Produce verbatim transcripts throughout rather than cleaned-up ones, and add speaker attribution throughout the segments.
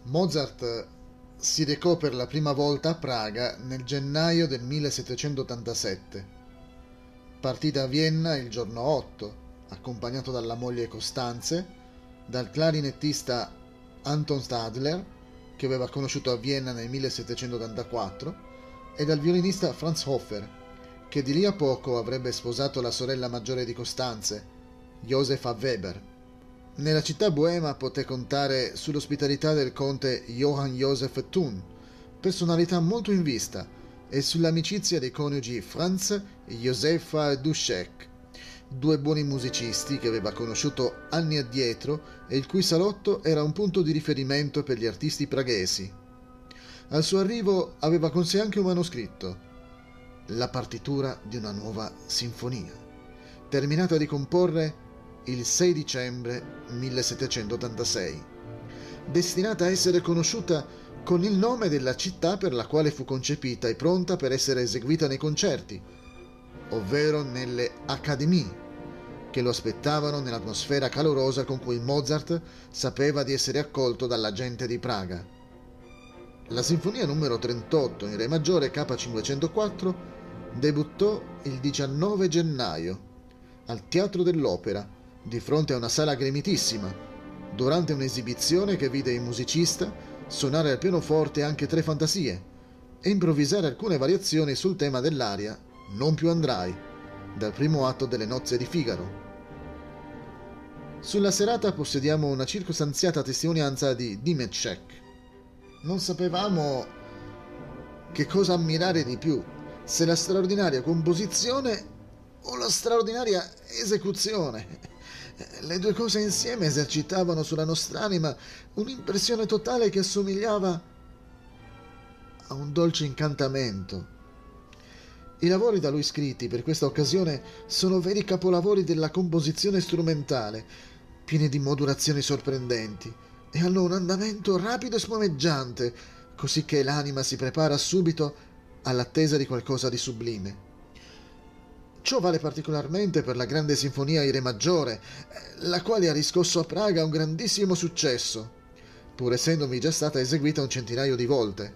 Speaker 1: Mozart si recò per la prima volta a Praga nel gennaio del millesettecentottantasette. Partì da Vienna il giorno otto, accompagnato dalla moglie Costanze, dal clarinettista Anton Stadler, che aveva conosciuto a Vienna nel millesettecentottantaquattro, e dal violinista Franz Hofer, che di lì a poco avrebbe sposato la sorella maggiore di Costanze, Josefa Weber. Nella città boema poté contare sull'ospitalità del conte Johann Joseph Thun, personalità molto in vista, e sull'amicizia dei coniugi Franz e Josefa Duschek, due buoni musicisti che aveva conosciuto anni addietro e il cui salotto era un punto di riferimento per gli artisti praghesi. Al suo arrivo aveva con sé anche un manoscritto, la partitura di una nuova sinfonia, terminata di comporre il sei dicembre millesettecentottantasei, destinata a essere conosciuta con il nome della città per la quale fu concepita e pronta per essere eseguita nei concerti, ovvero nelle Accademie, che lo aspettavano nell'atmosfera calorosa con cui Mozart sapeva di essere accolto dalla gente di Praga. La sinfonia numero trentotto in re maggiore K cinquecentoquattro debuttò il diciannove gennaio al Teatro dell'Opera, di fronte a una sala gremitissima, durante un'esibizione che vide il musicista suonare al pianoforte anche tre fantasie e improvvisare alcune variazioni sul tema dell'aria Non più andrai, dal primo atto delle Nozze di Figaro. Sulla serata possediamo una circostanziata testimonianza di Němeček. Non sapevamo che cosa ammirare di più, se la straordinaria composizione o la straordinaria esecuzione. Le due cose insieme esercitavano sulla nostra anima un'impressione totale che assomigliava a un dolce incantamento. I lavori da lui scritti per questa occasione sono veri capolavori della composizione strumentale, pieni di modulazioni sorprendenti, e hanno un andamento rapido e spumeggiante, così che l'anima si prepara subito all'attesa di qualcosa di sublime. Ciò vale particolarmente per la grande sinfonia in re maggiore, la quale ha riscosso a Praga un grandissimo successo, pur essendomi già stata eseguita un centinaio di volte.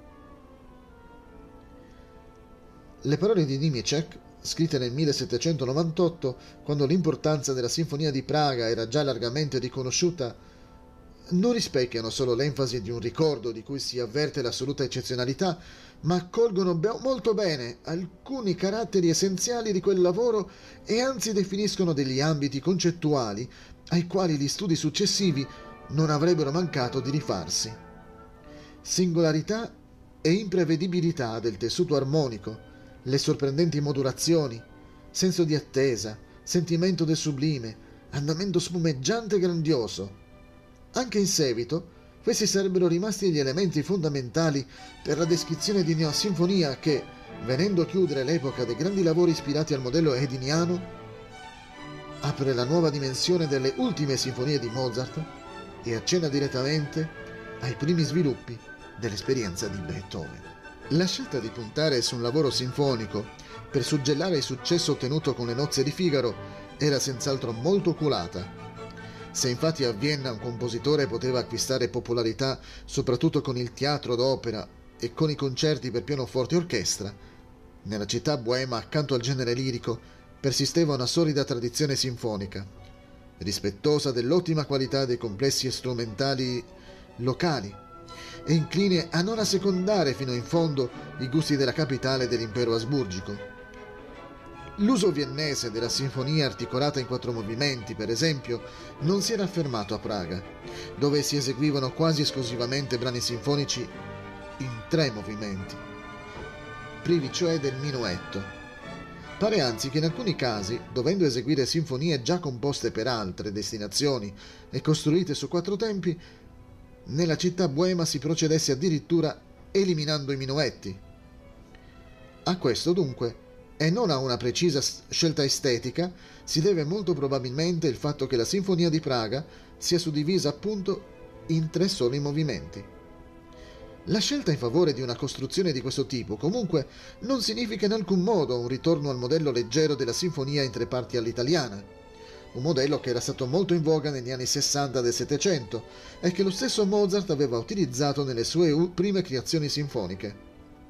Speaker 1: Le parole di Němeček, scritte nel millesettecentonovantotto, quando l'importanza della sinfonia di Praga era già largamente riconosciuta, non rispecchiano solo l'enfasi di un ricordo di cui si avverte l'assoluta eccezionalità, ma accolgono be- molto bene alcuni caratteri essenziali di quel lavoro e anzi definiscono degli ambiti concettuali ai quali gli studi successivi non avrebbero mancato di rifarsi. Singolarità e imprevedibilità del tessuto armonico, le sorprendenti modulazioni, senso di attesa, sentimento del sublime, andamento spumeggiante e grandioso. Anche in seguito, questi sarebbero rimasti gli elementi fondamentali per la descrizione di una sinfonia che, venendo a chiudere l'epoca dei grandi lavori ispirati al modello haydniano, apre la nuova dimensione delle ultime sinfonie di Mozart e accenna direttamente ai primi sviluppi dell'esperienza di Beethoven. La scelta di puntare su un lavoro sinfonico per suggellare il successo ottenuto con le Nozze di Figaro era senz'altro molto oculata. Se infatti a Vienna un compositore poteva acquistare popolarità soprattutto con il teatro d'opera e con i concerti per pianoforte e orchestra, nella città boema accanto al genere lirico persisteva una solida tradizione sinfonica, rispettosa dell'ottima qualità dei complessi strumentali locali e incline a non assecondare fino in fondo i gusti della capitale dell'impero asburgico. L'uso viennese della sinfonia articolata in quattro movimenti, per esempio, non si era affermato a Praga, dove si eseguivano quasi esclusivamente brani sinfonici in tre movimenti, privi cioè del minuetto. Pare anzi che in alcuni casi, dovendo eseguire sinfonie già composte per altre destinazioni e costruite su quattro tempi, nella città boema si procedesse addirittura eliminando i minuetti. A questo dunque, e non a una precisa scelta estetica, si deve molto probabilmente il fatto che la Sinfonia di Praga sia suddivisa appunto in tre soli movimenti. La scelta in favore di una costruzione di questo tipo comunque non significa in alcun modo un ritorno al modello leggero della sinfonia in tre parti all'italiana, un modello che era stato molto in voga negli anni sessanta del Settecento e che lo stesso Mozart aveva utilizzato nelle sue prime creazioni sinfoniche.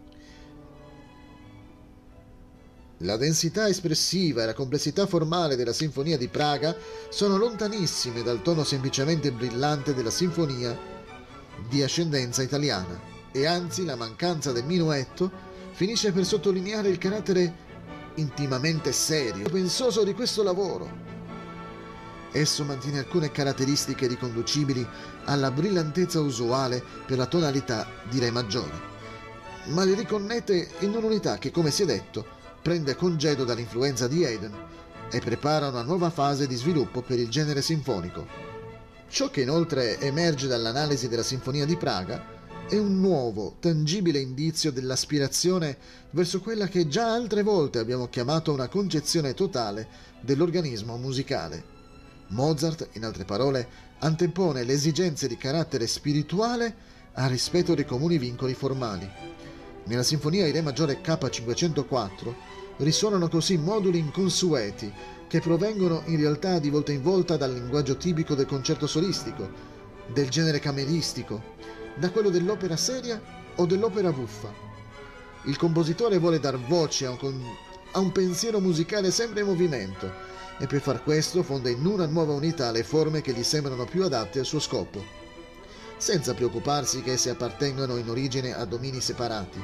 Speaker 1: La densità espressiva e la complessità formale della Sinfonia di Praga sono lontanissime dal tono semplicemente brillante della Sinfonia di ascendenza italiana, e anzi la mancanza del minuetto finisce per sottolineare il carattere intimamente serio e pensoso di questo lavoro. Esso mantiene alcune caratteristiche riconducibili alla brillantezza usuale per la tonalità di Re maggiore, ma le riconnette in un'unità che, come si è detto, prende congedo dall'influenza di Haydn e prepara una nuova fase di sviluppo per il genere sinfonico. Ciò che inoltre emerge dall'analisi della Sinfonia di Praga è un nuovo, tangibile indizio dell'aspirazione verso quella che già altre volte abbiamo chiamato una concezione totale dell'organismo musicale. Mozart, in altre parole, antepone le esigenze di carattere spirituale al rispetto dei comuni vincoli formali. Nella Sinfonia in Re maggiore K cinquecentoquattro risuonano così moduli inconsueti che provengono in realtà di volta in volta dal linguaggio tipico del concerto solistico, del genere cameristico, da quello dell'opera seria o dell'opera buffa. Il compositore vuole dar voce a un, a un pensiero musicale sempre in movimento e per far questo fonda in una nuova unità le forme che gli sembrano più adatte al suo scopo, senza preoccuparsi che esse appartengano in origine a domini separati.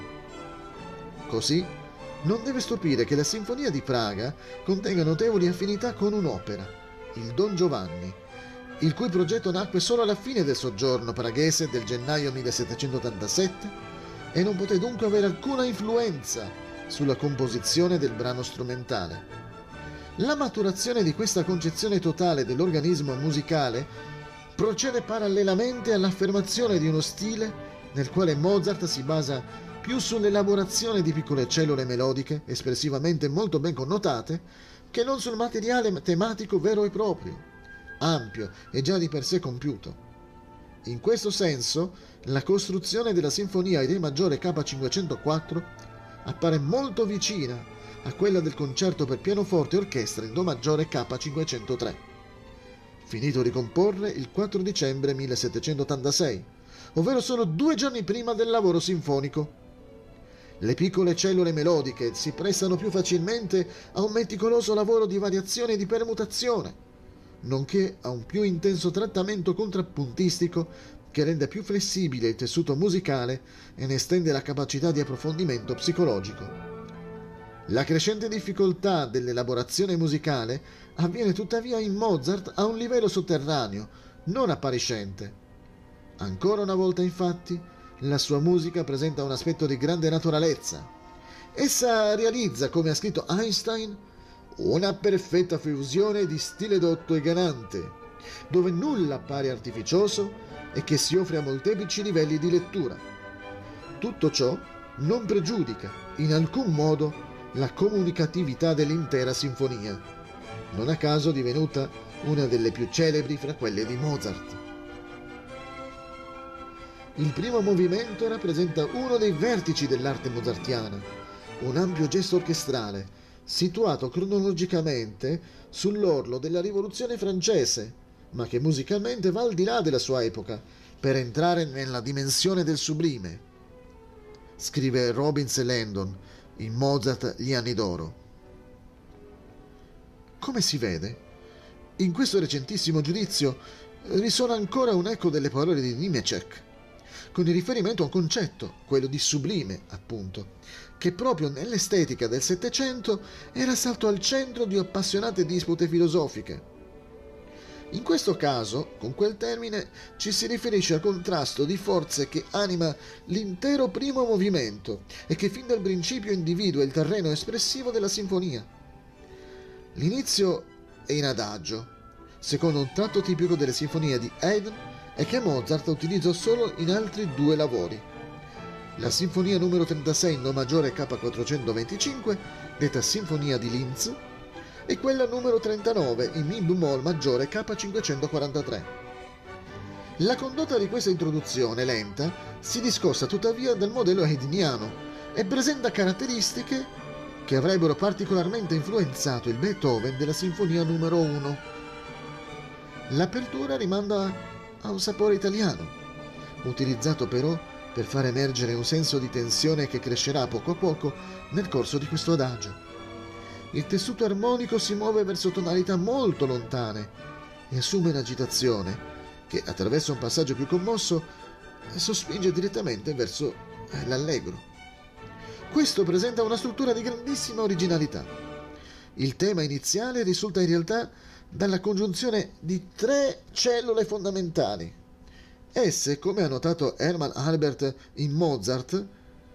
Speaker 1: Così, non deve stupire che la Sinfonia di Praga contenga notevoli affinità con un'opera, il Don Giovanni, il cui progetto nacque solo alla fine del soggiorno praghese del gennaio millesettecentottantasette e non poté dunque avere alcuna influenza sulla composizione del brano strumentale. La maturazione di questa concezione totale dell'organismo musicale procede parallelamente all'affermazione di uno stile nel quale Mozart si basa più sull'elaborazione di piccole cellule melodiche, espressivamente molto ben connotate, che non sul materiale tematico vero e proprio, ampio e già di per sé compiuto. In questo senso, la costruzione della Sinfonia in Re maggiore K cinquecentoquattro appare molto vicina a quella del concerto per pianoforte e orchestra in Do maggiore K cinquecentotre, finito di comporre il quattro dicembre millesettecentottantasei, ovvero solo due giorni prima del lavoro sinfonico. Le piccole cellule melodiche si prestano più facilmente a un meticoloso lavoro di variazione e di permutazione, nonché a un più intenso trattamento contrappuntistico che rende più flessibile il tessuto musicale e ne estende la capacità di approfondimento psicologico. La crescente difficoltà dell'elaborazione musicale avviene tuttavia in Mozart a un livello sotterraneo, non appariscente. Ancora una volta, infatti, la sua musica presenta un aspetto di grande naturalezza. Essa realizza, come ha scritto Einstein, una perfetta fusione di stile dotto e galante, dove nulla appare artificioso e che si offre a molteplici livelli di lettura. Tutto ciò non pregiudica in alcun modo la comunicatività dell'intera sinfonia, non a caso divenuta una delle più celebri fra quelle di Mozart. Il primo movimento rappresenta uno dei vertici dell'arte mozartiana, un ampio gesto orchestrale, situato cronologicamente sull'orlo della Rivoluzione francese, ma che musicalmente va al di là della sua epoca, per entrare nella dimensione del sublime. Scrive Robbins e Landon in Mozart, gli anni d'oro. Come si vede, in questo recentissimo giudizio risuona ancora un eco delle parole di Niemeczek, con il riferimento a un concetto, quello di sublime, appunto, che proprio nell'estetica del Settecento era salto al centro di appassionate dispute filosofiche. In questo caso, con quel termine, ci si riferisce al contrasto di forze che anima l'intero primo movimento e che fin dal principio individua il terreno espressivo della sinfonia. L'inizio è in adagio, secondo un tratto tipico delle sinfonie di Haydn e che Mozart utilizzò solo in altri due lavori. La sinfonia numero trentasei in Do maggiore K quattrocentoventicinque, detta Sinfonia di Linz, e quella numero trentanove in Mi bemoll maggiore K cinquecentoquarantatré. La condotta di questa introduzione lenta si discosta tuttavia dal modello haydniano e presenta caratteristiche che avrebbero particolarmente influenzato il Beethoven della Sinfonia numero uno, L'apertura rimanda a un sapore italiano, utilizzato però per far emergere un senso di tensione che crescerà poco a poco nel corso di questo adagio. Il tessuto armonico si muove verso tonalità molto lontane e assume un'agitazione che, attraverso un passaggio più commosso, sospinge direttamente verso l'allegro. Questo presenta una struttura di grandissima originalità. Il tema iniziale risulta in realtà dalla congiunzione di tre cellule fondamentali. Esse, come ha notato Hermann Albert in Mozart,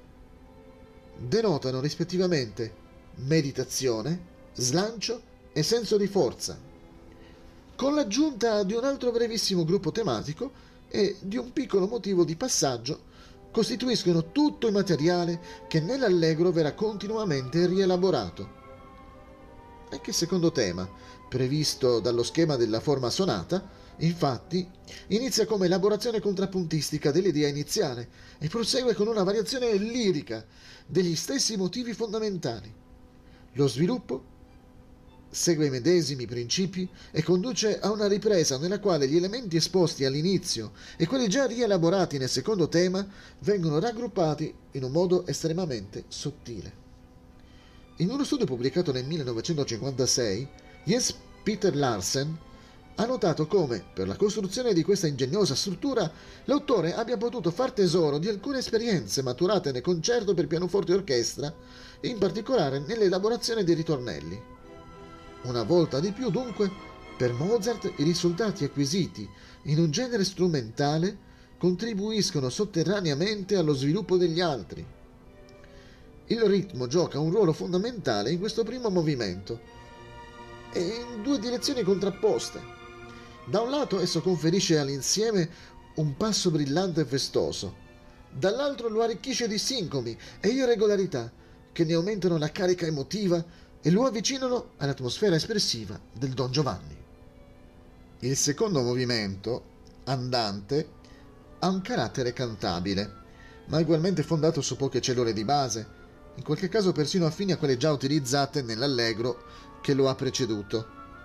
Speaker 1: denotano rispettivamente meditazione, slancio e senso di forza, con l'aggiunta di un altro brevissimo gruppo tematico e di un piccolo motivo di passaggio, costituiscono tutto il materiale che nell'allegro verrà continuamente rielaborato. Anche il secondo tema, previsto dallo schema della forma sonata, infatti, inizia come elaborazione contrappuntistica dell'idea iniziale e prosegue con una variazione lirica degli stessi motivi fondamentali. Lo sviluppo segue i medesimi principi e conduce a una ripresa nella quale gli elementi esposti all'inizio e quelli già rielaborati nel secondo tema vengono raggruppati in un modo estremamente sottile. In uno studio pubblicato nel millenovecentocinquantasei, Jens Peter Larsen ha notato come, per la costruzione di questa ingegnosa struttura, l'autore abbia potuto far tesoro di alcune esperienze maturate nel concerto per pianoforte e orchestra, in particolare nell'elaborazione dei ritornelli. Una volta di più, dunque, per Mozart i risultati acquisiti in un genere strumentale contribuiscono sotterraneamente allo sviluppo degli altri. Il ritmo gioca un ruolo fondamentale in questo primo movimento e in due direzioni contrapposte. Da un lato esso conferisce all'insieme un passo brillante e festoso, dall'altro lo arricchisce di sincomi e irregolarità che ne aumentano la carica emotiva e lo avvicinano all'atmosfera espressiva del Don Giovanni. Il secondo movimento, andante, ha un carattere cantabile, ma ugualmente fondato su poche cellule di base, in qualche caso persino affini a quelle già utilizzate nell'allegro che lo ha preceduto.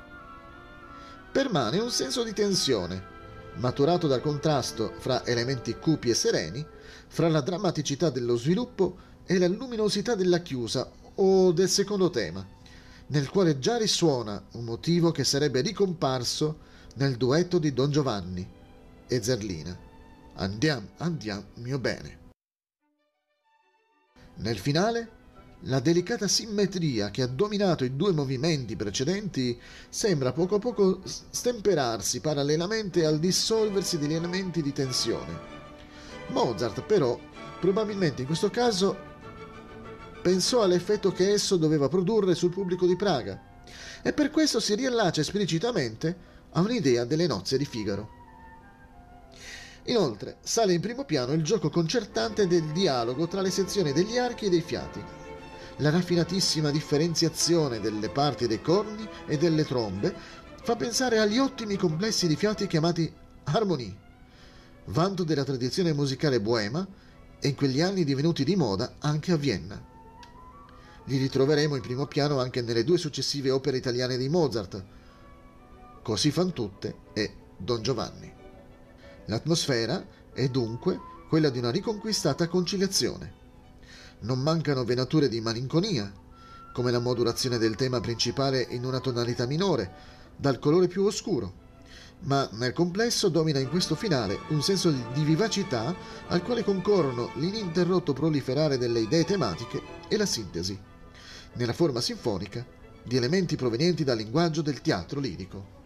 Speaker 1: Permane un senso di tensione, maturato dal contrasto fra elementi cupi e sereni, fra la drammaticità dello sviluppo e la luminosità della chiusa o del secondo tema, nel quale già risuona un motivo che sarebbe ricomparso nel duetto di Don Giovanni e Zerlina. Andiam, andiam, mio bene. Nel finale, la delicata simmetria che ha dominato i due movimenti precedenti sembra poco a poco stemperarsi parallelamente al dissolversi degli elementi di tensione. Mozart, però, probabilmente in questo caso pensò all'effetto che esso doveva produrre sul pubblico di Praga e per questo si riallaccia esplicitamente a un'idea delle nozze di Figaro. Inoltre, sale in primo piano il gioco concertante del dialogo tra le sezioni degli archi e dei fiati. La raffinatissima differenziazione delle parti dei corni e delle trombe fa pensare agli ottimi complessi di fiati chiamati armonie, vanto della tradizione musicale boema e in quegli anni divenuti di moda anche a Vienna. Li ritroveremo in primo piano anche nelle due successive opere italiane di Mozart, Così fan tutte e Don Giovanni. L'atmosfera è dunque quella di una riconquistata conciliazione. Non mancano venature di malinconia, come la modulazione del tema principale in una tonalità minore, dal colore più oscuro, ma nel complesso domina in questo finale un senso di vivacità al quale concorrono l'ininterrotto proliferare delle idee tematiche e la sintesi, nella forma sinfonica, di elementi provenienti dal linguaggio del teatro lirico.